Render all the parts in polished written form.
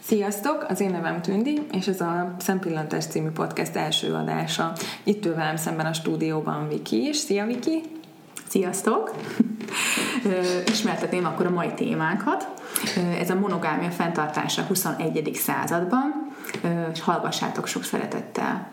Sziasztok! Az én nevem Tündi, és ez a Szempillantás című podcast első adása. Itt ül velem szemben a stúdióban Viki is. Szia, Viki! Sziasztok! Ismertetném akkor a mai témánkat. Ez a monogámia fenntartása 21. században, és hallgassátok sok szeretettel.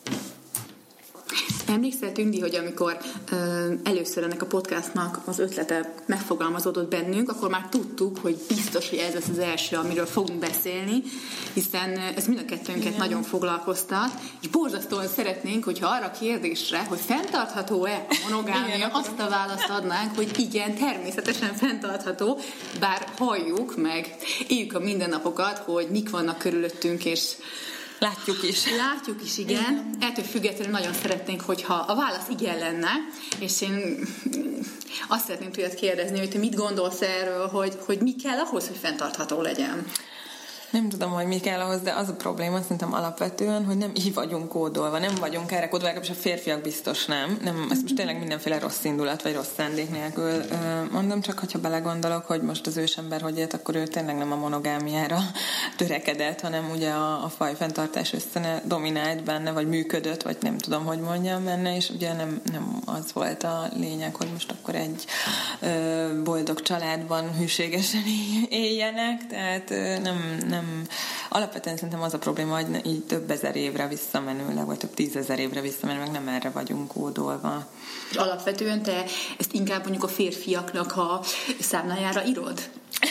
Emlékszel, Tündi, hogy amikor először ennek a podcastnak az ötlete megfogalmazódott bennünk, akkor már tudtuk, hogy biztos, hogy ez lesz az első, amiről fogunk beszélni, hiszen ez mind a kettőnket nagyon foglalkoztat, és borzasztóan szeretnénk, hogyha arra a kérdésre, hogy fenntartható-e a monogámia, azt a választ adnánk, hogy igen, természetesen fenntartható, bár halljuk meg, éljük a mindennapokat, hogy mik vannak körülöttünk, és Látjuk is, igen. Ettől függetlenül nagyon szeretnénk, hogyha a válasz igen lenne, és én azt szeretném tőled kérdezni, hogy te mit gondolsz erről, hogy mi kell ahhoz, hogy fenntartható legyen? Nem tudom, hogy mi kell ahhoz, de az a probléma szerintem alapvetően, hogy nem így vagyunk kódolva, nem vagyunk erre kódolva, legalábbis a férfiak biztos nem. Ezt most tényleg mindenféle rossz indulat, vagy rossz szándék nélkül mondom, csak hogyha belegondolok, hogy most az ősember hogy élt, akkor ő tényleg nem a monogámiára törekedett, hanem ugye a fajfenntartás összene dominált benne, vagy működött, vagy nem tudom, hogy mondjam benne, és ugye nem az volt a lényeg, hogy most akkor egy boldog családban hűségesen éljenek, tehát nem alapvetően szerintem az a probléma, hogy így több ezer évre visszamenőleg, vagy több 10 000 évre visszamenőleg nem erre vagyunk kódolva. És alapvetően te ezt inkább mondjuk a férfiaknak a számlájára írod?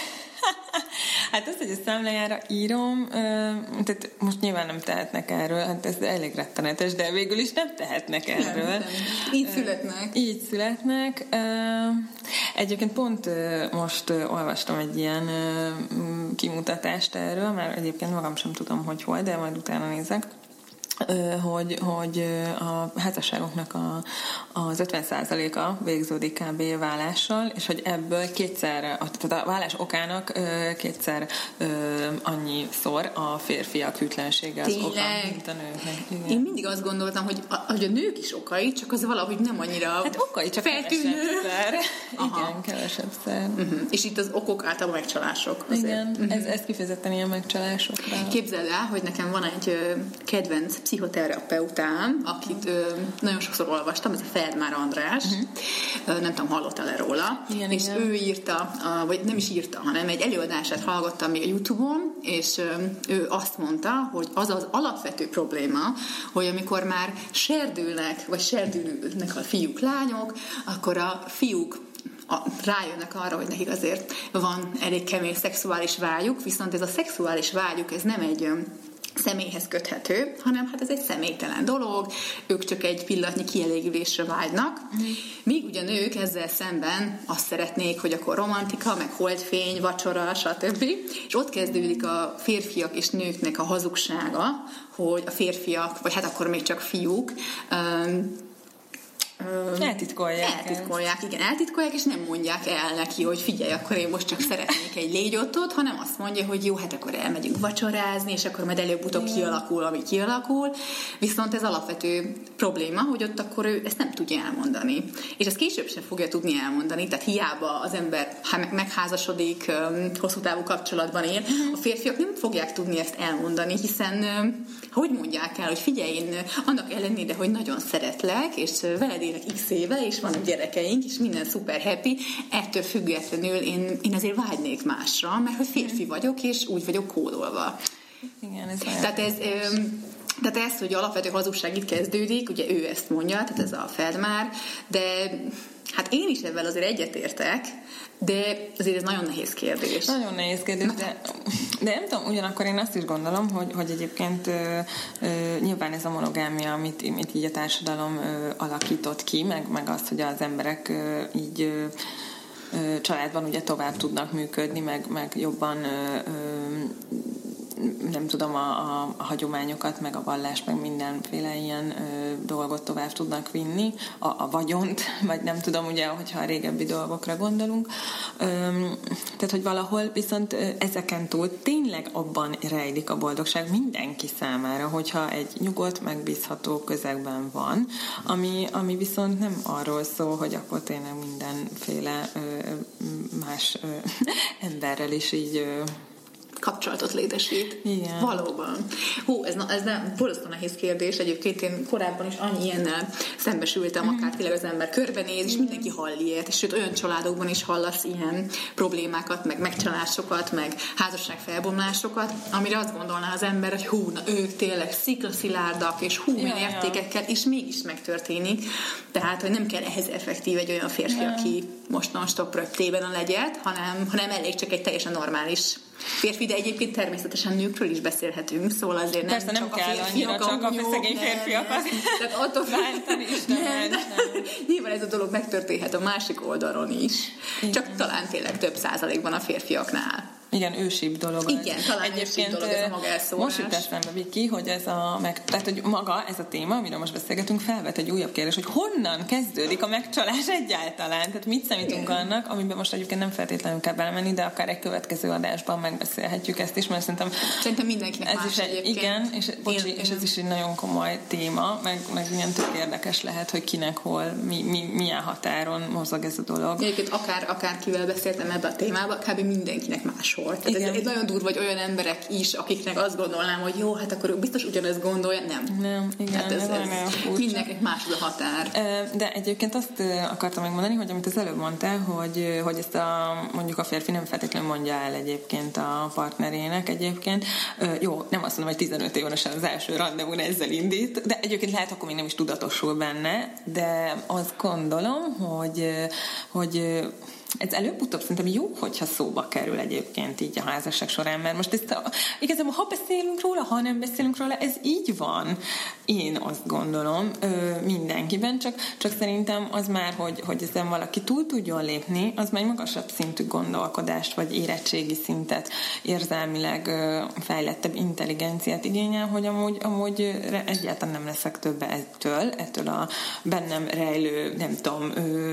Hát az, hogy a számlájára írom, tehát most nyilván nem tehetnek erről, hát ez elég rettenetes, de végül is nem tehetnek erről. Nem. Így születnek. Egyébként pont most olvastam egy ilyen kimutatást erről, mert egyébként magam sem tudom, hogy hol, de majd utána nézek, hogy a házasságoknak az 50%-a végződik kb. Válással, és hogy ebből tehát a vállás okának kétszer annyiszor a férfiak hűtlensége az oka, mint a nőknek. Igen. Én mindig azt gondoltam, hogy a nők is okai, csak az valahogy nem annyira hát okai, csak feltűnő. Igen, kevesebbszer. Uh-huh. És itt az okok általában megcsalások. Azért. Igen, ez kifejezetten ilyen megcsalásokra. Képzeld el, hogy nekem van egy kedvenc pszichoterapeutám, akit nagyon sokszor olvastam, ez a Feldmár András, nem tudom, hallottál-e róla, igen, és igen. Ő írta, vagy nem is írta, hanem egy előadását hallgattam még a YouTube-on, és ő azt mondta, hogy az az alapvető probléma, hogy amikor már serdülnek, vagy serdülnek a fiúk, lányok, akkor a fiúk rájönnek arra, hogy nekik azért van elég kemény szexuális vágyuk, viszont ez a szexuális vágyuk, ez nem egy személyhez köthető, hanem hát ez egy személytelen dolog, ők csak egy pillanatnyi kielégülésre vágynak, míg ugye nők ezzel szemben azt szeretnék, hogy akkor romantika, meg holdfény, vacsora, stb. És ott kezdődik a férfiak és nőknek a hazugsága, hogy a férfiak, vagy hát akkor még csak fiúk, eltitkolják, és nem mondják el neki, hogy figyelj, akkor én most csak szeretnék egy légyottot, hanem azt mondja, hogy jó, hát akkor elmegyünk vacsorázni, és akkor majd előbb-utóbb kialakul, ami kialakul. Viszont ez alapvető probléma, hogy ott akkor ő ezt nem tudja elmondani. És ezt később sem fogja tudni elmondani, tehát hiába az ember megházasodik, hosszú távú kapcsolatban él, a férfiak nem fogják tudni ezt elmondani, hiszen hogy mondják el, hogy figyelj, én annak ellenére, hogy nagyon szeretlek, és veled élek x éve, és vannak gyerekeink, és minden szuper happy, ettől függetlenül én azért vágynék másra, mert hogy férfi vagyok, és úgy vagyok kódolva. Igen, ez Tehát ez, hogy alapvető hazugság itt kezdődik, ugye ő ezt mondja, tehát ez a Feldmár, de hát én is ebben azért egyetértek, de azért ez nagyon nehéz kérdés. Nagyon nehéz kérdés, de nem tudom, ugyanakkor én azt is gondolom, hogy egyébként nyilván ez a monogámia, amit így a társadalom alakított ki, meg azt, hogy az emberek így családban ugye tovább tudnak működni, meg jobban nem tudom, a hagyományokat, meg a vallást, meg mindenféle ilyen dolgot tovább tudnak vinni, a vagyont, vagy nem tudom, ugye, hogyha a régebbi dolgokra gondolunk. Tehát, hogy valahol viszont ezeken túl tényleg abban rejlik a boldogság mindenki számára, hogyha egy nyugodt, megbízható közegben van, ami viszont nem arról szól, hogy akkor tényleg mindenféle más emberrel is így kapcsolatot létesít. Igen. Valóban. Hú, ez nem borzasztó nehéz kérdés. Egyébként én korábban is annyi ilyennel szembesültem, akár tényleg az ember körbenéz, és mindenki hall ilyet, és sőt olyan családokban is hallasz ilyen problémákat, meg megcsalásokat, meg házasságfelbomlásokat, amire azt gondolná az ember, hogy hú, na ők tényleg sziklaszilárdak, és hú, milyen értékekkel, és mégis megtörténik. Tehát, hogy nem kell ehhez effektív egy olyan férfi, aki most non-stop röptében a legyet, hanem elég csak egy teljesen normális férfi, de egyébként természetesen nőkről is beszélhetünk, szóval azért persze, nem csak kell a férfiak, csak a szegény férfiakat bántani is, nem. Nyilván ez a dolog megtörténhet a másik oldalon is, csak talán tényleg több százalékban a férfiaknál. Igen, ősibb dolog. Igen, talán ősibb dolog ez a maga elszólás. Most jut eszembe, Viki, hogy tehát, hogy maga ez a téma, amiről most beszélgetünk, felvet egy újabb kérdés, hogy honnan kezdődik a megcsalás egyáltalán? Tehát mit számítunk annak, amiben most egyébként nem feltétlenül kell belemenni, de akár egy következő adásban megbeszélhetjük ezt is, mert szerintem mindenkinek ez is egy, igen, és ez is egy nagyon komoly téma, meg ilyen tök érdekes lehet, hogy kinek hol, milyen határon mozog ez a dolog. Egyébként akár kivel beszéltem ebbe a témába, kb. Mindenkinek máshol. Tehát ez nagyon durva, hogy olyan emberek is, akiknek azt gondolnám, hogy jó, hát akkor ők biztos ugyanezt gondolja. Nem, igen, hát ez mindenkinek más a határ. De egyébként azt akartam megmondani, hogy amit az előbb mondtál, hogy ezt mondjuk a férfi nem feltétlenül mondja el egyébként a partnerének egyébként. Jó, nem azt mondom, hogy 15 évesen az első randevún ezzel indít, de egyébként lehet, akkor még nem is tudatosul benne, de azt gondolom, hogy ez előbb-utóbb szerintem jó, hogyha szóba kerül egyébként így a házasság során, mert most ezt igazából ha beszélünk róla, ha nem beszélünk róla, ez így van. Én azt gondolom mindenkiben, csak szerintem az már, hogy ezen valaki túl tudjon lépni, az már egy magasabb szintű gondolkodást, vagy érettségi szintet, érzelmileg fejlettebb intelligenciát igényel, hogy amúgy egyáltalán nem leszek többe ettől a bennem rejlő, nem tudom,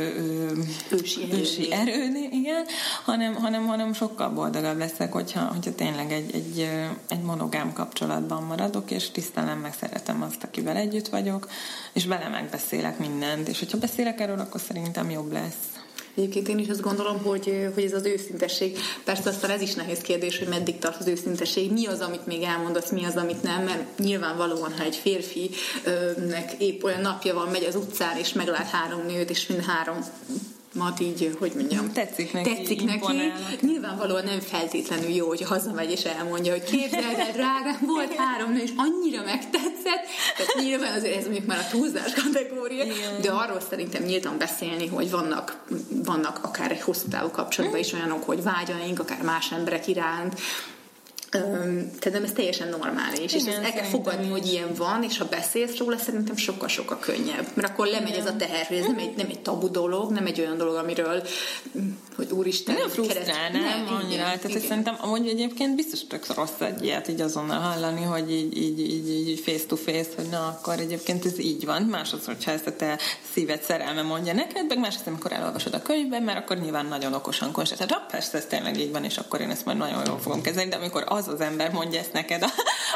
ősi erőni, igen, hanem sokkal boldogabb leszek, hogyha tényleg egy monogám kapcsolatban maradok, és tisztelem, meg szeretem azt, akivel együtt vagyok, és vele megbeszélek mindent, és hogyha beszélek erről, akkor szerintem jobb lesz. Egyébként én is azt gondolom, hogy ez az őszintesség. Persze aztán ez is nehéz kérdés, hogy meddig tart az őszintesség. Mi az, amit még elmondasz, mi az, amit nem, mert nyilvánvalóan, ha egy férfinek épp olyan napja van, megy az utcán, és meglát 3 nőt, és mind 3 így, hogy mondjam, tetszik neki. Nyilvánvalóan nem feltétlenül jó, hogy hazamegy és elmondja, hogy képzeld el, drágám, volt 3 nő, és annyira megtetszett. Tehát nyilván azért ez mondjuk már a túlzás kategória, de arról szerintem nyíltan beszélni, hogy vannak akár egy hosszú távú kapcsolatban is olyanok, hogy vágyaink, akár más emberek iránt. Tehát ez teljesen normális, és ezt el kell fogadni, hogy ilyen van, és ha beszélsz róla, szerintem sokkal-sokkal könnyebb. Mert akkor lemegy ez a teher, hogy ez nem egy tabu dolog, nem egy olyan dolog, amiről, hogy úristen... Nem frusztrálnám annyira. Tehát szerintem amúgy egyébként biztos tök rossz egy ilyet így azonnal hallani, hogy így face to face, hogy na, akkor egyébként ez így van. Másodszor, hogyha ezt a te szíved szerelme mondja neked, meg másodszor, amikor elolvasod a könyvben, mert akkor nyilván nagyon okosan konstatálod, persze ez tényleg így van, és akkor én ezt majd nagyon jól fogom kezelni, de amikor az ember mondja ezt neked,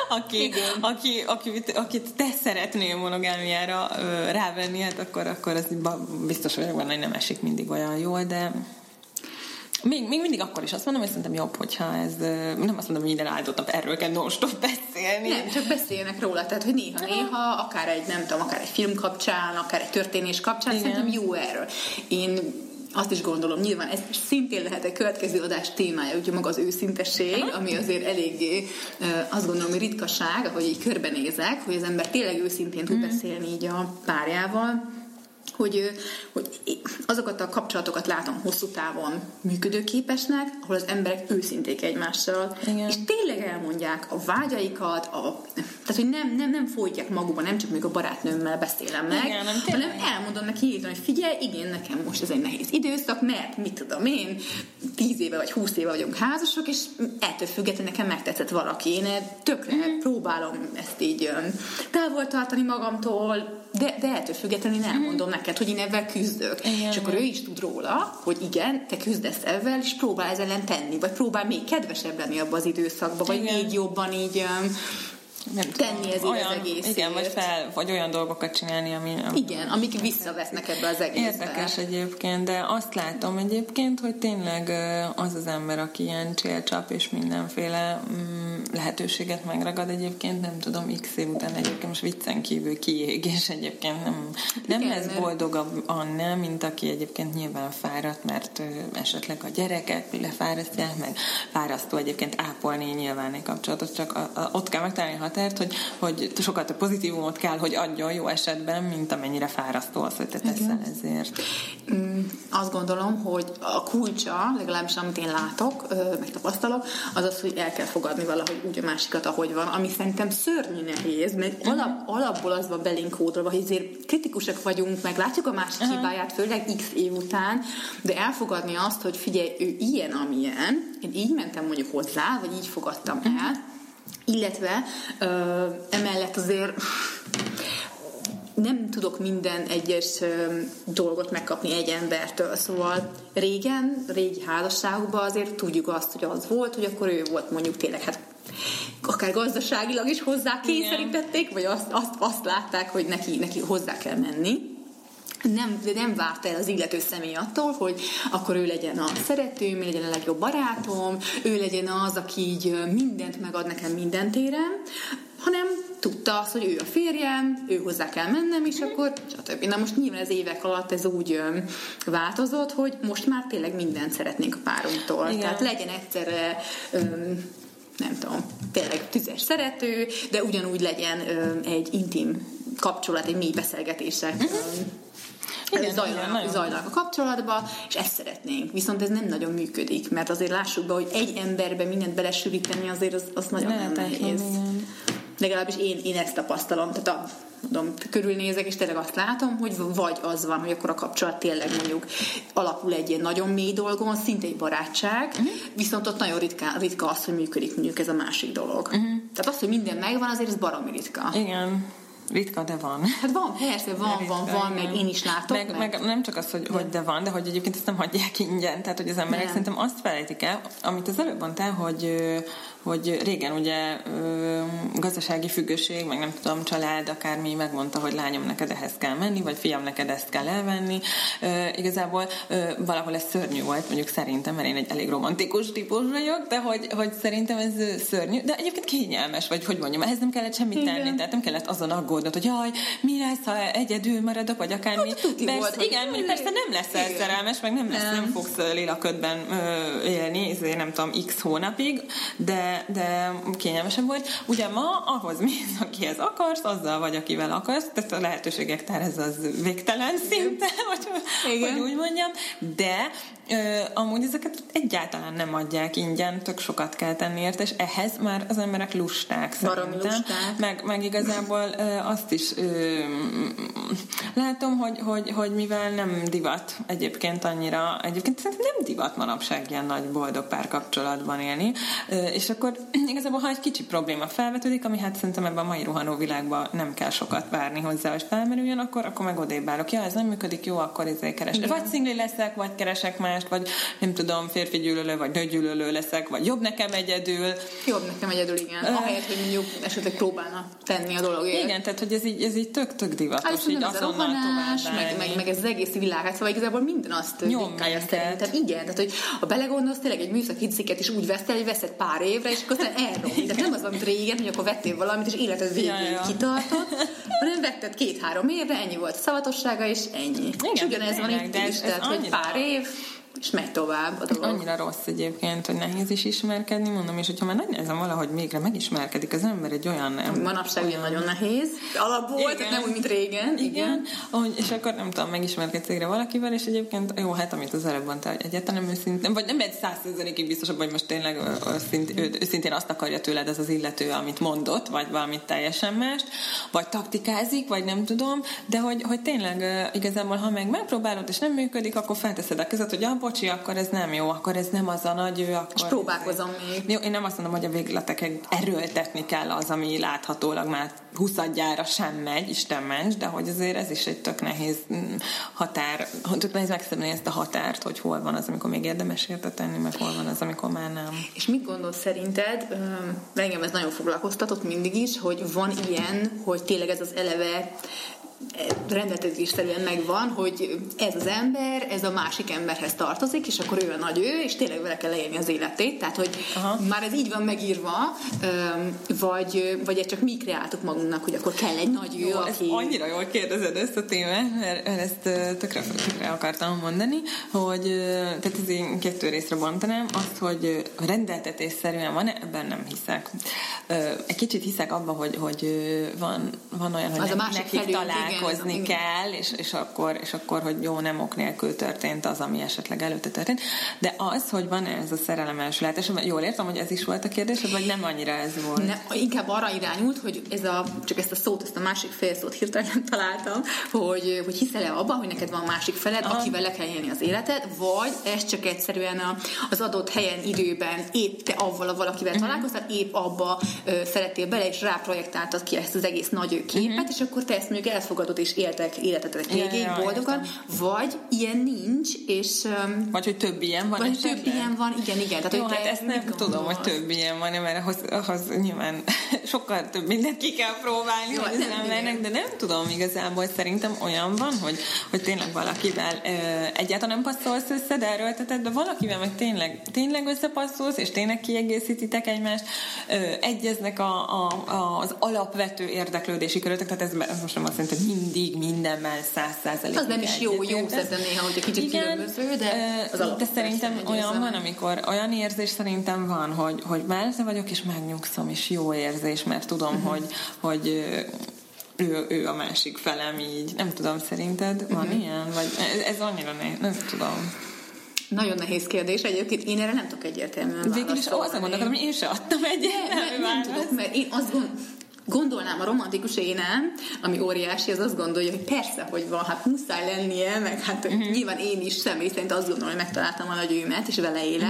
akit te szeretnél monogámiára rávenni, hát akkor az biztos vagyok benne, hogy nem esik mindig olyan jól, de még mindig akkor is azt mondom, hogy szerintem jobb, hogyha ez, nem azt mondom, hogy minden áldott nap erről kell non-stop beszélni. Nem, csak beszéljenek róla, tehát, hogy néha, akár egy film kapcsán, akár egy történés kapcsán, igen. Szerintem jó erről. Én azt is gondolom, nyilván ez szintén lehet egy következő adás témája, ugye maga az őszintesség, ami azért eléggé azt gondolom, hogy ritkaság, ahogy így körbenézek, hogy az ember tényleg őszintén tud beszélni így a párjával, hogy azokat a kapcsolatokat látom hosszú távon működőképesnek, ahol az emberek őszinték egymással, igen. És tényleg elmondják a vágyaikat, tehát, hogy nem folytják magukban, nem csak még a barátnőmmel beszélem meg, igen, hanem elmondom neki, hogy figyelj, igen, nekem most ez egy nehéz időszak, mert mit tudom én, 10 éve vagy 20 éve vagyunk házasok, és ettől függetlenül nekem megtetszett valaki. Én tökre próbálom ezt így távol tartani magamtól, de ettől függetlenül nem mondom neked, hogy én ebben küzdök. Igen, és akkor ő is tud róla, hogy igen, te küzdesz ebben, és próbál ezzel ellen tenni, vagy próbál még kedvesebb lenni abban az időszakban, vagy még jobban így tenni ezért az egészért. Igen, vagy olyan dolgokat csinálni, igen, amik visszavetnek ebbe az egészbe. Érdekes egyébként, de azt látom egyébként, hogy tényleg az az ember, aki ilyen csélcsap és mindenféle lehetőséget megragad egyébként, nem tudom, x év után egyébként most viccen kívül kiég, és egyébként nem igen, lesz boldogabb annál, mint aki egyébként nyilván fáradt, mert esetleg a gyerekek lefárasztják, meg fárasztó egyébként ápolni nyilván egy kapcsolatot, csak ott kell megtalálni a határt, hogy sokkal több pozitívumot kell, hogy adjon jó esetben, mint amennyire fárasztó az, hogy te teszel ezért. Azt gondolom, hogy a kulcsa, legalábbis amit én látok, meg tapasztalok, az az, hogy el kell fogadni valahogy úgy a másikat, ahogy van, ami szerintem szörnyű nehéz, mert alapból az van belénk kódolva, hogy azért kritikusak vagyunk, meg látjuk a másik hibáját, főleg x év után, de elfogadni azt, hogy figyelj, ő ilyen, amilyen, én így mentem mondjuk hozzá, vagy így fogadtam el, illetve emellett azért nem tudok minden egyes dolgot megkapni egy embertől, szóval régi házasságokban azért tudjuk azt, hogy az volt, hogy akkor ő volt mondjuk tényleg, hát akár gazdaságilag is hozzá kényszerítették, vagy azt látták, hogy neki hozzá kell menni. Nem várta el az illető személy attól, hogy akkor ő legyen a szeretőm, ő legyen a legjobb barátom, ő legyen az, aki így mindent megad nekem minden téren, hanem tudta azt, hogy ő a férjem, ő hozzá kell mennem, és akkor stb. Na most nyilván az évek alatt ez úgy változott, hogy most már tényleg mindent szeretnénk a párunktól. Igen. Tehát legyen egyszerre nem tudom, tényleg tüzes szerető, de ugyanúgy legyen egy intim kapcsolat, egy mély beszélgetések zajlanak a kapcsolatba, és ezt szeretnénk. Viszont ez nem nagyon működik, mert azért lássuk be, hogy egy emberbe mindent belesűríteni azért az nagyon nem nehéz. Legalábbis én ezt tapasztalom, tehát körülnézek, és tényleg azt látom, hogy vagy az van, hogy akkor a kapcsolat tényleg mondjuk alapul egy ilyen nagyon mély dolgon, szinte egy barátság, viszont ott nagyon ritka az, hogy működik mondjuk ez a másik dolog. Tehát az, hogy minden megvan, azért ez baromi ritka. Igen. Ritka, de van. Hát van, persze, van, meg én is látok. Meg nem csak az, hogy de van, de hogy egyébként ezt nem hagyják ingyen. Tehát, hogy az emberek szerintem azt felejtik el, amit az előbb mondtál, hogy régen ugye gazdasági függőség, meg nem tudom, család, akármi megmondta, hogy lányom, neked ehhez kell menni, vagy fiam, neked ezt kell elvenni. Igazából valahol ez szörnyű volt, mondjuk szerintem, mert én egy elég romantikus típus vagyok, de hogy szerintem ez szörnyű, de egyébként kényelmes, vagy hogy mondjam, ehhez nem kellett semmit tenni, tehát nem kellett azon aggódnod, hogy jaj, mi lesz, ha egyedül maradok, vagy akármi. Hát, igen, persze nem leszel szerelmes, meg nem fogsz lélaködben élni, nem tudom, x hónapig, de kényelmesebb volt. Ugye ma ahhoz mész, akihez akarsz, azzal vagy, akivel akarsz, tehát a lehetőségek tár, ez az végtelen szinte, hogy úgy mondjam, de amúgy ezeket egyáltalán nem adják ingyen, tök sokat kell tenni érte, és ehhez már az emberek lusták szerintem. Meg igazából azt is látom, hogy mivel nem divat egyébként annyira, egyébként szerintem nem divat manapság ilyen nagy boldog párkapcsolatban élni, és akkor igazából, ha egy kicsi probléma felvetődik, ami hát szerintem ebben a mai rohanó világban nem kell sokat várni hozzá, hogy felmerüljön, akkor meg odébb állok. Ja, ez nem működik, jó, akkor keresek. Vagy szingli leszek, vagy keresek mást, vagy nem tudom, férfi gyűlölő, vagy nőgyűlölő leszek, vagy jobb nekem egyedül. Jobb nekem egyedül, igen. Ahelyett, hogy mondjuk esetleg próbálna tenni a dologért. Igen, tehát, hogy ez így tök divatos. Hát, így azonnal tovább meg ez az egész világ, szóval igazából minden azt ritkálja szerintem. Igen, tehát, hogy ha belegondolsz, tényleg egy műszaki cikket is úgy veszed, hogy veszed pár évre, és aztán elromlik. Tehát nem az, amit régen, hogy akkor vettél valamit, és életed végéig kitartott, hanem vetted 2-3 évre, ennyi volt a szavatossága, és ennyi. Igen, és ugyanez van itt is, tehát, hogy pár év, és megy tovább a dolog. Annyira rossz egyébként, hogy nehéz is ismerkedni, mondom, és hogyha már nagy nehezen valahogy végre megismerkedik az ember egy olyan... Manapság olyan nagyon nehéz. Alapból, tehát nem úgy, mint régen. Igen. És akkor nem tudom, megismerkedsz végre valakivel, és egyébként jó, hát amit az előbb mondta, hogy egyáltalán őszintén, vagy nem egy 100%-ig biztosabb, hogy most tényleg őszintén azt akarja tőled ez az illető, amit mondott, vagy valamit teljesen mást, vagy taktikázik, vagy nem tudom, de hogy tényleg igazából, ha megpróbálod, és nem működik, akkor felteszed a kezed, hogy abból bocsi, akkor ez nem jó, akkor ez nem az a nagy ő, akkor... És próbálkozom még. Jó, én nem azt mondom, hogy a végleteken erőltetni kell az, ami láthatólag már 20-adjára sem megy, Isten ments, de hogy azért ez is egy tök nehéz határ, tök nehéz megszabni ezt a határt, hogy hol van az, amikor még érdemes érte tenni, meg hol van az, amikor már nem. És mit gondolsz szerinted, engem ez nagyon foglalkoztatott mindig is, hogy van ilyen, hogy tényleg ez az eleve rendeltetésszerűen megvan, hogy ez az ember, ez a másik emberhez tartozik, és akkor ő a nagy ő, és tényleg vele kell leélni az életét, tehát hogy már ez így van megírva, vagy csak mi kreáltuk magunknak, hogy akkor kell egy nagy ő, aki... Annyira jól kérdezed ezt a témát, mert ezt tökre akartam mondani, hogy tehát ez én 2 részre bontanám, azt, hogy rendeltetésszerűen van, ebben nem hiszek. Egy kicsit hiszek abban, hogy van olyan, hogy nekik találkozni kell, és akkor, hogy jó, nem ok nélkül történt az, ami esetleg előtte történt. De az, hogy van ez a szerelem elsülátás, jól értem, hogy ez is volt a kérdés, vagy nem annyira ez volt? Inkább arra irányult, hogy csak ezt a szót, ezt a másik félszót hirtelen nem találtam, hogy hiszel-e abban, hogy neked van másik feled, akivel le kell élni az életed, vagy ez csak egyszerűen az adott helyen, időben épp te avval a valakivel találkoztál, épp abba szerettél bele, és ráprojektáltad ki ezt az egész nagy képet, és akkor te ezt mondjuk elfogadod, és éltek életetek végig boldogan, vagy ilyen nincs, és... Vagy hogy több ilyen van. Vagy több ilyen van, igen. Tehát, jó, hát ezt nem tudom, hogy több ilyen van, mert ahhoz nyilván sokkal több mindent ki kell próbálni, jó, hogy az embernek, de nem tudom igazából, szerintem olyan van, hogy tényleg valakivel egyáltalán nem passzolsz össze, de erőlteted, de valakivel meg tényleg összepasszolsz, és tényleg kiegészítitek egymást, egyeznek az alapvető érdeklődési körötök, tehát ez most nem azt jelenti, hogy mindig mindenben 100%. Az nem is jó szerintem néha, hogy egy kicsit különböző, de szerintem olyan van, amikor olyan érzés szerintem van, hogy mellette vagyok, és megnyugszom, és jó érzés, mert tudom, hogy ő a másik felem így. Nem tudom, szerinted van ilyen? Vagy ez annyira nem tudom. Nagyon nehéz kérdés egyébként, én erre nem tudok egyértelműen válaszolni. Végül is azt gondoltam, hogy én se adtam egyértelmű választ. Nem tudok, mert én azt gondolnám, a romantikus énem, ami óriási, az azt gondolja, hogy persze, hogy van, hát muszáj lennie, meg hát nyilván én is személy szerint azt gondolom, hogy megtaláltam a nagy őmet, és vele élek,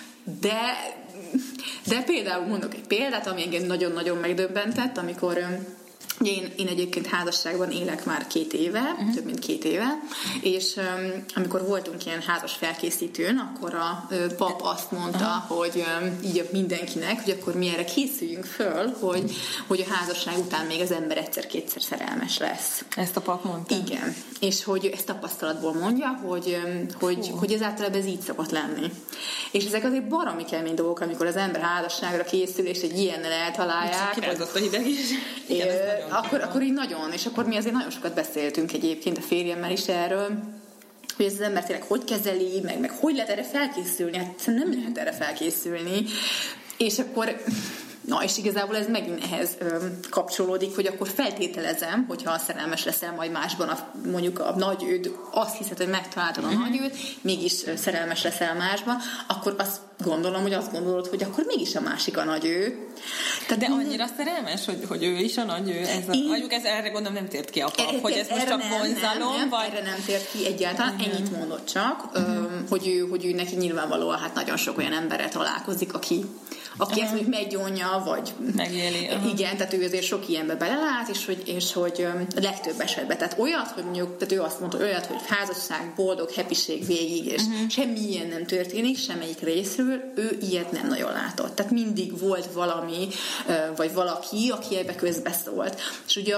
de például mondok egy példát, ami engem nagyon-nagyon megdöbbentett, amikor én egyébként házasságban élek már 2 éve, több mint 2 éve, és amikor voltunk ilyen házas felkészítőn, akkor a pap azt mondta, hogy így mindenkinek, hogy akkor mi erre készüljünk föl, hogy a házasság után még az ember egyszer-kétszer szerelmes lesz. Ezt a pap mondta? Igen. És hogy ezt tapasztalatból mondja, hogy ez általában ez így szokott lenni. És ezek azért baromi kemény dolgok, amikor az ember házasságra készül, és egy ilyennel eltalálják. Kirázott a hideg is. Akkor így nagyon, és akkor mi azért nagyon sokat beszéltünk egyébként a férjemmel is erről, hogy ez az ember tényleg hogy kezeli, meg hogy lehet erre felkészülni, hát nem lehet erre felkészülni. És akkor, és igazából ez megint ehhez kapcsolódik, hogy akkor feltételezem, hogyha szerelmes leszel majd másban, mondjuk a nagy őd, azt hiszed, hogy megtaláltad a nagy őt, mégis szerelmes leszel másban, akkor azt gondolom, hogy azt gondolod, hogy akkor mégis a másik a nagy ő. De annyira szerelmes, hogy ő is a nagy ő. Mondjuk erre gondolom nem tért ki a pap, hogy ez most csak vonzalom, nem, vagy... Erre nem tért ki egyáltalán, ennyit mondott csak, hogy ő neki nyilvánvalóan hát nagyon sok olyan emberrel találkozik, aki ezt mondjuk meggyónja, vagy megéli. Igen, tehát ő azért sok ilyenbe belelát, és hogy a legtöbb esetben. Tehát olyat, hogy mondjuk, tehát ő azt mondta, olyat, hogy házasság, boldog, happység végig, és semmi ilyen nem történik, semmelyik részről, ő ilyet nem nagyon látott. Tehát mindig volt valami, vagy valaki, aki ebbe közbeszólt. És ugye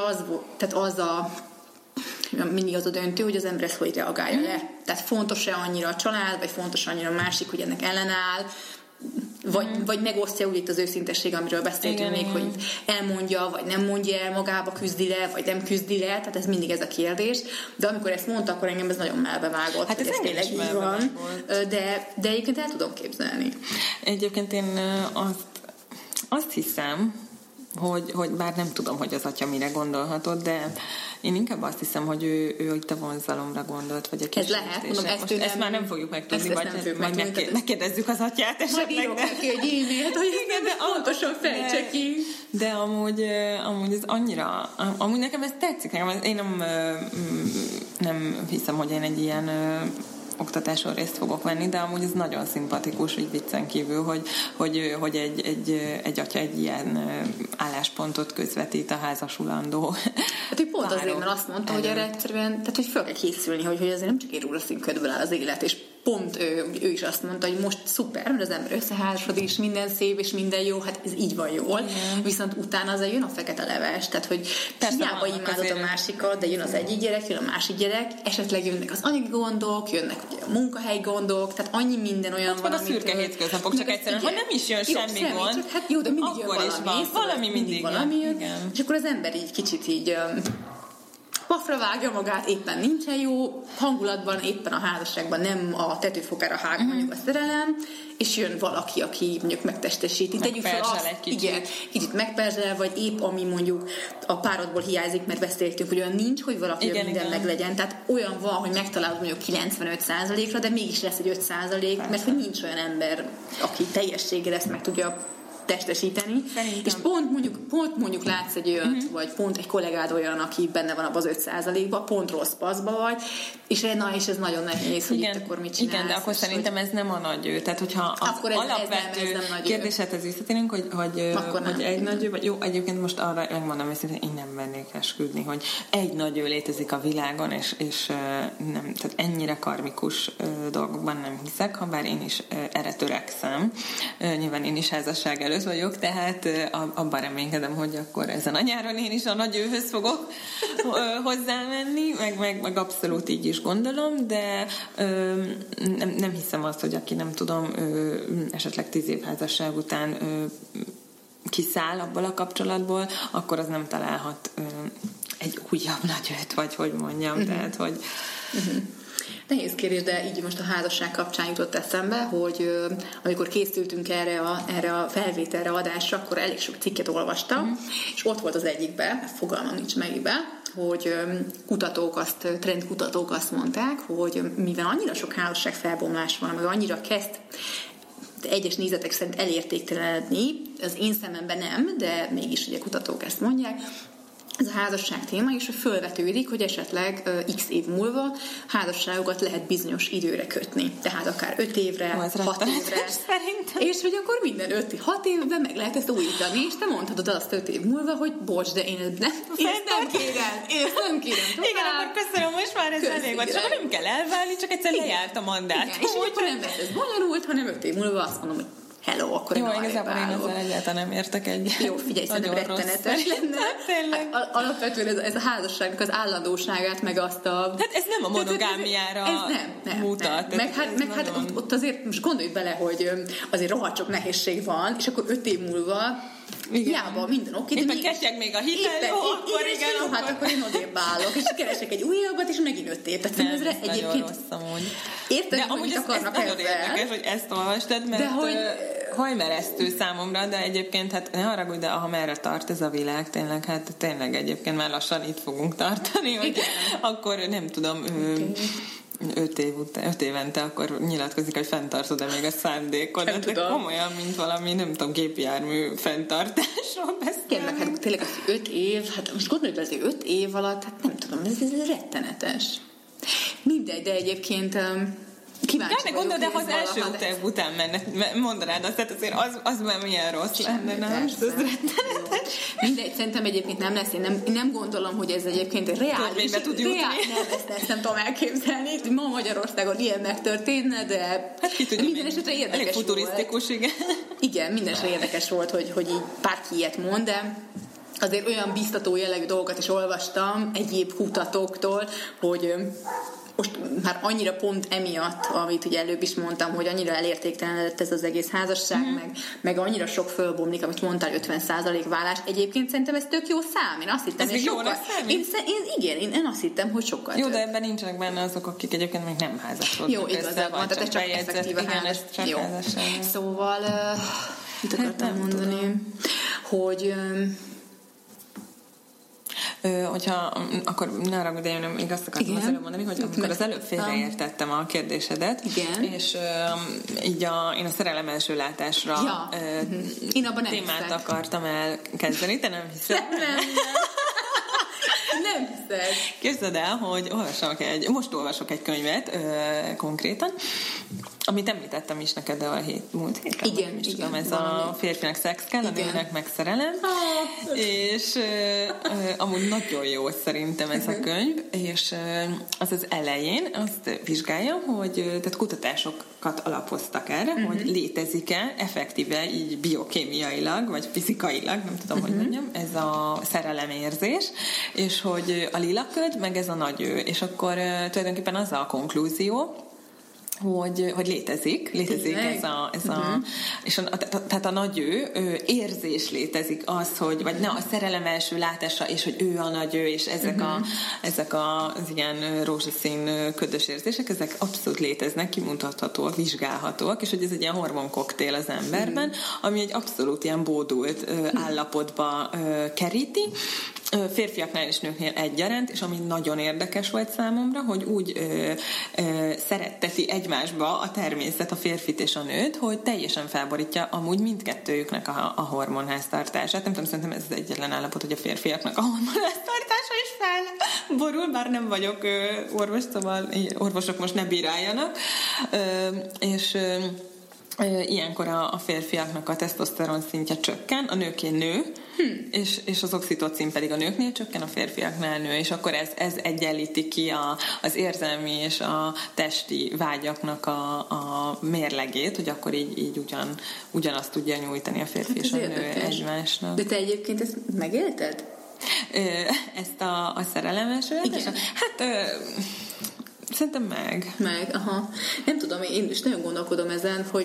mindig az a döntő, hogy az ember ezt hogy reagálja le. Tehát fontos-e annyira a család, vagy fontos annyira a másik, hogy ennek ellenáll, vagy megosztja úgy itt az őszintesség, amiről beszéltünk még, hogy elmondja, vagy nem mondja el, magába küzdi le, vagy nem küzdi le, tehát ez mindig ez a kérdés. De amikor ezt mondta, akkor engem ez nagyon melbevágott. Hát ez tényleg így van. De egyébként el tudom képzelni. Egyébként én azt hiszem, hogy bár nem tudom, hogy az atya mire gondolhatott, de én inkább azt hiszem, hogy ő itt a vonzalomra gondolt, vagy a kísértésre. Ezt már nem fogjuk megtudni, vagy megkérdezzük az atyát esetleg. Majd írok neki egy e-mailt, hogy pontosan fejtse ki. De amúgy ez annyira, amúgy nekem ez tetszik, én nem hiszem, hogy én egy ilyen oktatáson részt fogok venni, de amúgy ez nagyon szimpatikus, így viccen kívül, hogy egy atya egy ilyen álláspontot közvetít a házasulandó. Hát pont azért, mert azt mondta, hogy erre egyszerűen, tehát hogy fel kell készülni, hogy azért nem csak egy rózsaszínködből áll az élet, és pont ő is azt mondta, hogy most szuper, mert az ember összeházasodik, és minden szép, és minden jó, hát ez így van jól, viszont utána az jön a fekete leves, tehát hogy hiába imádod a másikat, de jön az egyik gyerek, jön a másik gyerek, esetleg jönnek az anyagi gondok, jönnek ugye a munkahelyi gondok, tehát annyi minden olyan van, amit... a szürke hétköznapok, csak egyszerűen, ha nem is jön semmi gond, csak, hát jó, de mindig jön valami mindig jön, és akkor az ember így kicsit így pafra vágja magát, éppen nincsen jó hangulatban, éppen a házasságban nem a tetőfokára hág mondjuk a szerelem, és jön valaki, aki mondjuk megtestesíti. Tegyük fel azt, igen, kicsit megperzsel, vagy épp ami mondjuk a párodból hiányzik, mert beszéltünk, hogy olyan nincs, hogy valaki minden meglegyen. Tehát olyan van, hogy megtalálod mondjuk 95%-ra, de mégis lesz egy 5%, mert hogy nincs olyan ember, aki teljességgel ezt meg tudja testesíteni. Szerintem. És pont mondjuk látsz egy olyat, vagy pont egy kollégád olyan, aki benne van abban az 5%-ban, pont rossz paszba vagy, és ez nagyon nehéz, hogy itt akkor mit csinálsz. Igen, de akkor szerintem ez nem a nagy ő. Tehát, hogyha az akkor alapvető ez nem kérdésethez visszatérünk, hogy egy nagy ő, vagy jó, egyébként most arra megmondom őszintén, én nem vennék esküdni, hogy egy nagy ő létezik a világon, és nem, tehát ennyire karmikus dolgokban nem hiszek, ha bár én is erre törekszem. Nyilván én is házasság előtt vagyok, tehát abban reménykedem, hogy akkor ezen a nyáron én is a nagy őhöz fogok hozzámenni, meg abszolút így is gondolom, de nem hiszem azt, hogy aki nem tudom, esetleg 10 év házasság után kiszáll abból a kapcsolatból, akkor az nem találhat egy újabb nagy őt, vagy hogy mondjam, tehát, hogy Nehéz kérdés, de így most a házasság kapcsán jutott eszembe, hogy amikor készültünk erre a felvételre, adásra, akkor elég sok cikket olvastam, és ott volt az egyikben, fogalmam nincs melyikben, hogy trendkutatók azt mondták, hogy mivel annyira sok házasság felbomlás van, meg annyira kezd egyes nézetek szerint elértéktelenedni, az én szememben nem, de mégis ugye kutatók ezt mondják, ez a házasság téma, és fölvetődik, hogy esetleg x év múlva házasságokat lehet bizonyos időre kötni. Tehát akár 5 évre, 6 évre. Szerintem. És hogy akkor minden 5-6 évben meg lehet ezt újítani, és te mondhatod azt 5 év múlva, hogy bocs, de én ezt nem kérem. Igen, akkor köszönöm, most már ez elég van. Csak nem kell elválni, csak egyszer lejárt a mandátum. És hogyha nem lesz ez bonyolult, hanem 5 év múlva azt mondom, hogy hello, akkor jó, igazából én ezzel egyáltalán nem értek egy. Jó, figyelj, szerintem rettenetes lenne. Hát, alapvetően ez a házasságnak az állandóságát, meg azt a... Hát ez nem a monogámiára mutat. Nem. Meg hát ott azért, most gondolj bele, hogy azért rohadt sok nehézség van, és akkor 5 év múlva hiába minden oké. Éppen ketyeg még a hitel, akkor igen. Hát akkor én odébb állok, és keresek egy újabbat, és megint 5 év. Tehát nem, ez egyébként rossz amúgy. Érted, de amúgy ez nagyon érdekes, hogy ezt olvastad, mert hajmeresztő számomra, de egyébként hát ne haragudj, de amerre tart ez a világ, tényleg egyébként már lassan itt fogunk tartani, hogy akkor nem tudom... 5 évente akkor nyilatkozik, hogy fenntartod-e még a szándékodat, de komolyan, mint valami, nem tudom, gépjármű fenntartásról beszélni. Igen, hát tényleg az 5 év, hát most gondolj be, az 5 év alatt, hát nem tudom, ez rettenetes. Mindegy, de egyébként kíváncsi vagyok. Gondolod, de ha az első év után mondanád azt, tehát azért az már milyen rossz lenne, nem? Mindegy, szerintem egyébként nem lesz. Én nem gondolom, hogy ez egyébként reális. Ezt nem tudom elképzelni. Ma Magyarországon ilyen megtörténne, de hát ki tudja, minden esetre érdekes elég futurisztikus, volt. igen. Igen, minden esetre érdekes volt, hogy így bárki ilyet mond, de azért olyan biztató jellegű dolgokat is olvastam egyéb kutatóktól, hogy most már annyira pont emiatt, amit ugye előbb is mondtam, hogy annyira elértéktelenedett ez az egész házasság, meg annyira sok fölbomlik, amit mondtál, 50% vállás. Egyébként szerintem ez tök jó szám. Én azt hittem, hogy sokkal... Én azt hittem, hogy sokkal jó, de ebben nincsenek benne azok, akik egyébként még nem házasodnak. Jó, igazad van, tehát ez csak effektíve házasság. Jó. Szóval mit akartam mondani? Hogy... hogyha, akkor ne haragudj, de én még azt akartam az előbb mondani, hogy amikor az előbb félreértettem a kérdésedet, és így én a szerelem első látásra én abban nem témát akartam elkezdeni, te nem hiszed? Nem. Nem hiszed. Képzeld el, hogy most olvasok egy könyvet konkrétan, amit említettem is neked, de a múlt héten. Igen, tudom, ez a férfinak szex kell, a nőnek meg szerelem. És amúgy nagyon jó szerintem ez a könyv, és az elején azt vizsgálja, hogy tehát kutatásokat alapoztak erre, hogy létezik-e effektíve így biokémiailag, vagy fizikailag, nem tudom, hogy mondjam, ez a szerelemérzés, és hogy a lila köd, meg ez a nagy ő. És akkor tulajdonképpen az a konklúzió, hogy létezik és tehát a nagy ő érzés létezik az, hogy, vagy a szerelem első látása, és hogy ő a nagy ő, és ezek az ilyen rózsaszín ködös érzések, ezek abszolút léteznek, kimutathatóak, vizsgálhatóak, és hogy ez egy ilyen hormonkoktél az emberben, ami egy abszolút ilyen bódult állapotba keríti, férfiaknál és nőknél egyaránt, és ami nagyon érdekes volt számomra, hogy úgy szeretteti egymásba a természet, a férfit és a nőt, hogy teljesen felborítja amúgy mindkettőjüknek a hormonháztartását. Nem tudom, szerintem ez az egyetlen állapot, hogy a férfiaknak a hormonháztartása is felborul, bár nem vagyok orvos, szóval orvosok most ne bíráljanak. És ilyenkor a férfiaknak a tesztoszteron szintje csökken, a nőké nő, és az oxitocin pedig a nőknél csökken, a férfiaknál nő, és akkor ez egyenlíti ki az érzelmi és a testi vágyaknak a mérlegét, hogy akkor így ugyanazt tudja nyújtani a férfi és a nő egymásnak. De te egyébként ezt megélted? Ezt a szerelemesületet? Hát... Szerintem meg, aha. Nem tudom, én is nagyon gondolkodom ezen, hogy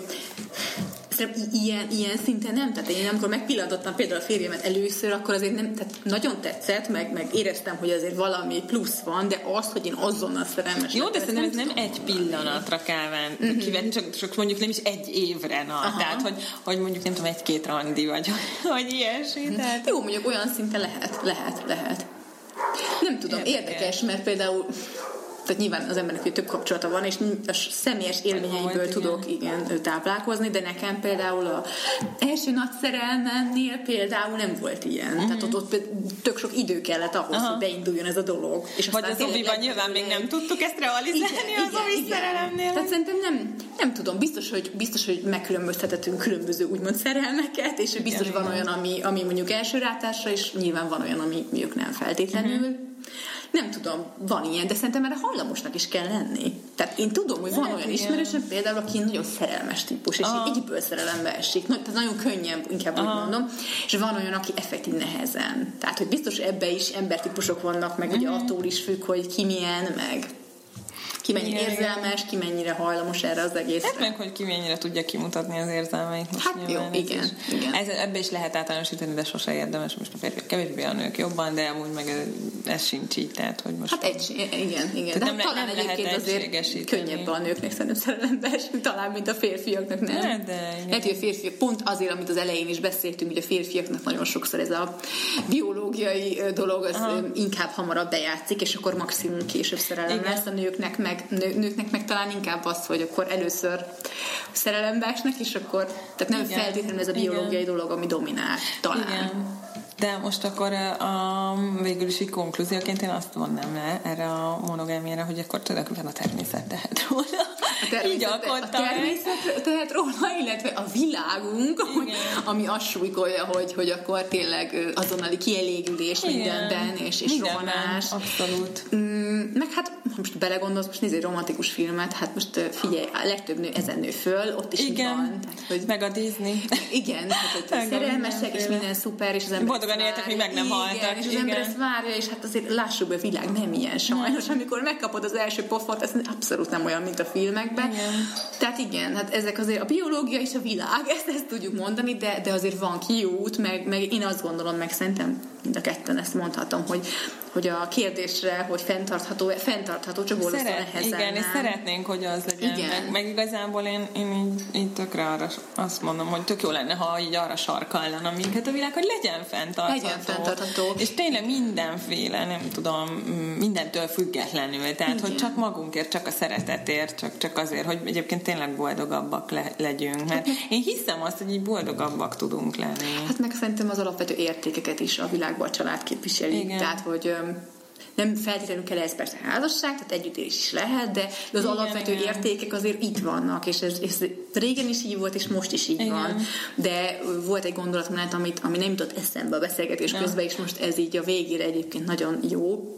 ilyen szinten nem. Tehát én amikor megpillantottam például a férjemet először, akkor azért nem, tehát nagyon tetszett, meg éreztem, hogy azért valami plusz van, de az, hogy én azonnal szerelmes. Jó, de szerintem ez nem egy pillanatra kell kivenni, csak mondjuk nem is egy évre, tehát, hogy mondjuk nem tudom, egy-két randi, vagy ilyesmi. Tehát... Jó, mondjuk olyan szinten lehet. Nem tudom, érdekes, mert például tehát nyilván az embernek több kapcsolata van, és a személyes élményeiből tudok táplálkozni, de nekem például az első nagy szerelmemnél például nem volt ilyen. Tehát ott tök sok idő kellett ahhoz, hogy beinduljon ez a dolog. És vagy az Obiban nyilván még nem tudtuk ezt realizálni az Obi szerelemnél. Tehát szerintem nem tudom, biztos, hogy megkülönböztethetünk különböző úgymond szerelmeket, és biztos van olyan, ami mondjuk első rátásra, és nyilván van olyan, ami mondjuk nem feltétlenül. Nem tudom, van ilyen, de szerintem erre hajlamosnak is kell lenni. Tehát én tudom, hogy van olyan ismerősöm például, aki nagyon szerelmes típus, és egyből szerelembe esik. Tehát nagyon könnyen, inkább úgy mondom. És van olyan, aki effektív nehezen. Tehát, hogy biztos ebbe is embertípusok vannak, meg ugye attól is függ, hogy ki milyen, meg ki mennyire érzelmes, ki mennyire hajlamos erre az egészre. Hát meg, hogy ki mennyire tudja kimutatni az érzelmeit. Most hát jó, igen. Ebbe is lehet általánosítani, de sose érdemes. Most a férfiak kevésbé, a nők jobban, de amúgy meg ez sincs így. Tehát, hogy most hát igen. De talán egyébként azért könnyebb a nőknek szerintem szerelembe esni, talán, mint a férfiaknak, nem? Hát, hogy a férfiak, pont azért, amit az elején is beszéltünk, hogy a férfiaknak nagyon sokszor ez a biológiai dolog, az inkább hamarabb bejátszik, és akkor maximum később szerelem lesz, a nőknek meg talán inkább az, hogy akkor először szerelembe esnek, és akkor, tehát nem feltétlenül ez a biológiai dolog, ami dominál, talán. Igen. De most akkor végül is így konklúzióként én azt mondnám le erre a monogámiára, hogy akkor tulajdonképpen a természet tehet róla. A természet tehet róla, illetve a világunk, ami azt súlykolja, hogy akkor tényleg azonnali kielégülés mindenben, és rohanás. Abszolút. Meg hát, most belegondolsz, most nézd egy romantikus filmet, hát most figyelj, a legtöbb nő ezen nő föl, ott is van. Tehát, hogy meg a Disney. Igen, tehát szerelmesek, és minden szuper, és az ember boldogan éltek, még meg nem haltak. És az ember ezt várja, és hát azért lássuk be, a világ nem ilyen sajnos. Amikor megkapod az első pofont, ez abszolút nem olyan, mint a filmekben. Tehát igen, hát ezek azért a biológia és a világ, ezt tudjuk mondani, de azért van kiút, meg én azt gondolom, meg szerintem mind a ketten ezt mondhatom, hogy a kérdésre, hogy fenntartható, csak borzasztó nehezen. Igen, és szeretnénk, hogy az legyen. Meg igazából én így tökre arra azt mondom, hogy tök jó lenne, ha így arra sarkallana minket a világ, hogy legyen fenntartható. És tényleg mindenféle, nem tudom, mindentől függetlenül. Tehát, hogy csak magunkért, csak a szeretetért, csak azért, hogy egyébként tényleg boldogabbak legyünk. Mert én hiszem azt, hogy így boldogabbak tudunk lenni. Hát meg szerintem az alapvető értékeket is a világban a család képviseli. Igen. Tehát, hogy nem feltétlenül kell ez persze házasság, tehát együttélés is lehet, de az alapvető értékek azért itt vannak, és ez régen is így volt, és most is így van. De volt egy gondolatmenet, ami nem jutott eszembe a beszélgetés közben, és most ez így a végére egyébként nagyon jó,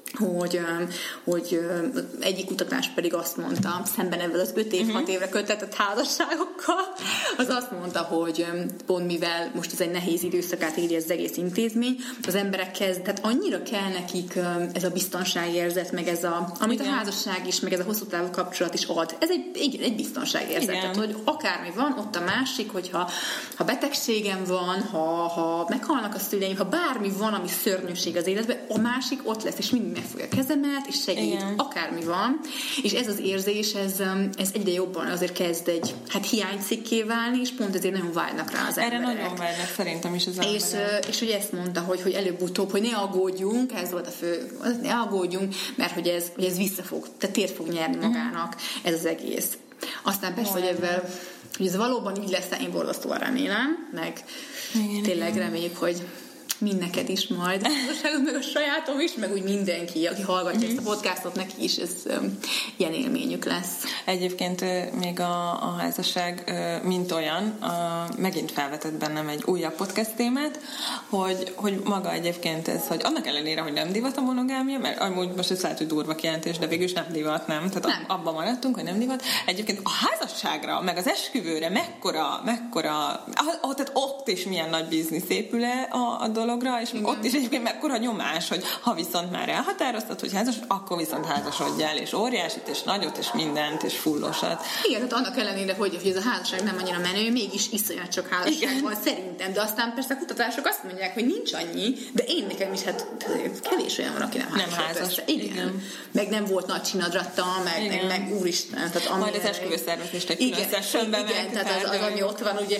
hogy egyik kutatás pedig azt mondta, szemben ebben az 5 év, 6 évre köttetett házasságokkal, az azt mondta, hogy pont mivel most ez egy nehéz időszakát éri az egész intézmény, az emberek tehát annyira kell nekik ez a biztonságérzet, meg ez amit a házasság is, meg ez a hosszú távú kapcsolat is ad. Ez egy biztonságérzet. Tehát, hogy akármi van, ott a másik, hogyha betegségem van, ha meghalnak a szüleim, ha bármi van, ami szörnyűség az életben, a másik ott lesz, és mindig megfogja a kezemet, és segít, akármi van. És ez az érzés, ez egyre jobban azért kezd egy hiánycikké válni, és pont ezért nagyon vágynak rá az emberek. Erre nagyon vágynak szerintem is az emberek. És hogy ezt mondta, hogy előbb-utóbb, hogy ne aggódjunk, ez volt a fő, ne aggódjunk, mert hogy ez visszafog, tehát tért fog nyerni magának ez az egész. Aztán persze, hogy ez valóban így lesz, én borzasztóan remélem, meg tényleg reméljük, hogy mind neked is majd, meg a sajátom is, meg úgy mindenki, aki hallgatja ezt a podcastot, neki is ez ilyen élményük lesz. Egyébként még a házasság, mint olyan, megint felvetett bennem egy újabb podcast témát, hogy maga egyébként ez, hogy annak ellenére, hogy nem divat a monogámia, mert amúgy most ez lehet, hogy durva kijelentés, de végül is nem divat, nem. Tehát nem. Abban maradtunk, hogy nem divat. Egyébként a házasságra, meg az esküvőre mekkora tehát ott is milyen nagy biznisz épül a dologra, és ott is egyébként mekkora nyomás, hogy ha viszont már elhatároztad, hogy házas, akkor viszont házasodjál, és óriásit, és nagyot, és mindent, és fullosat. Igen, tehát annak ellenére, hogy ez a házasság nem annyira menő, mégis iszonyat csak házasság van szerintem, de aztán persze a kutatások azt mondják, hogy nincs annyi, de én nekem is kevés olyan van, aki nem házas. Igen. Meg nem volt nagy csinadratta, meg úristen. Tehát majd az esküvőszervezést egy külön sessionben meg. Igen, tehát az, ami ott van, ugye,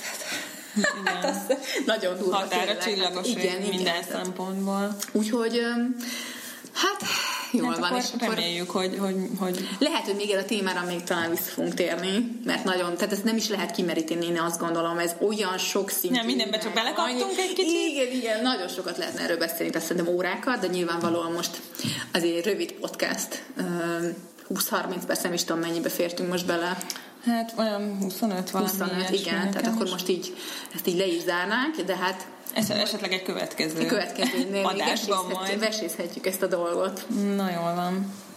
hát az nagyon durva. Határa csillagos minden szempontból. Úgyhogy jól van. És reméljük, hogy... Lehet, hogy még erre a témára még talán vissza fogunk térni, mert nagyon, tehát ezt nem is lehet kimeríteni, én azt gondolom, ez olyan sok szintű. Nem, mindenben csak belekaptunk egy kicsit. Igen, nagyon sokat lehetne erről beszélni, azt szerintem órákat, de nyilvánvalóan most azért rövid podcast, 20-30 perc, nem is tudom mennyibe fértünk most bele. Hát olyan 25 valami. 25, igen, tehát akkor most így ezt így le is zárnánk, de hát esetleg egy következő adásban majd vesézhetjük ezt a dolgot. Na jól van.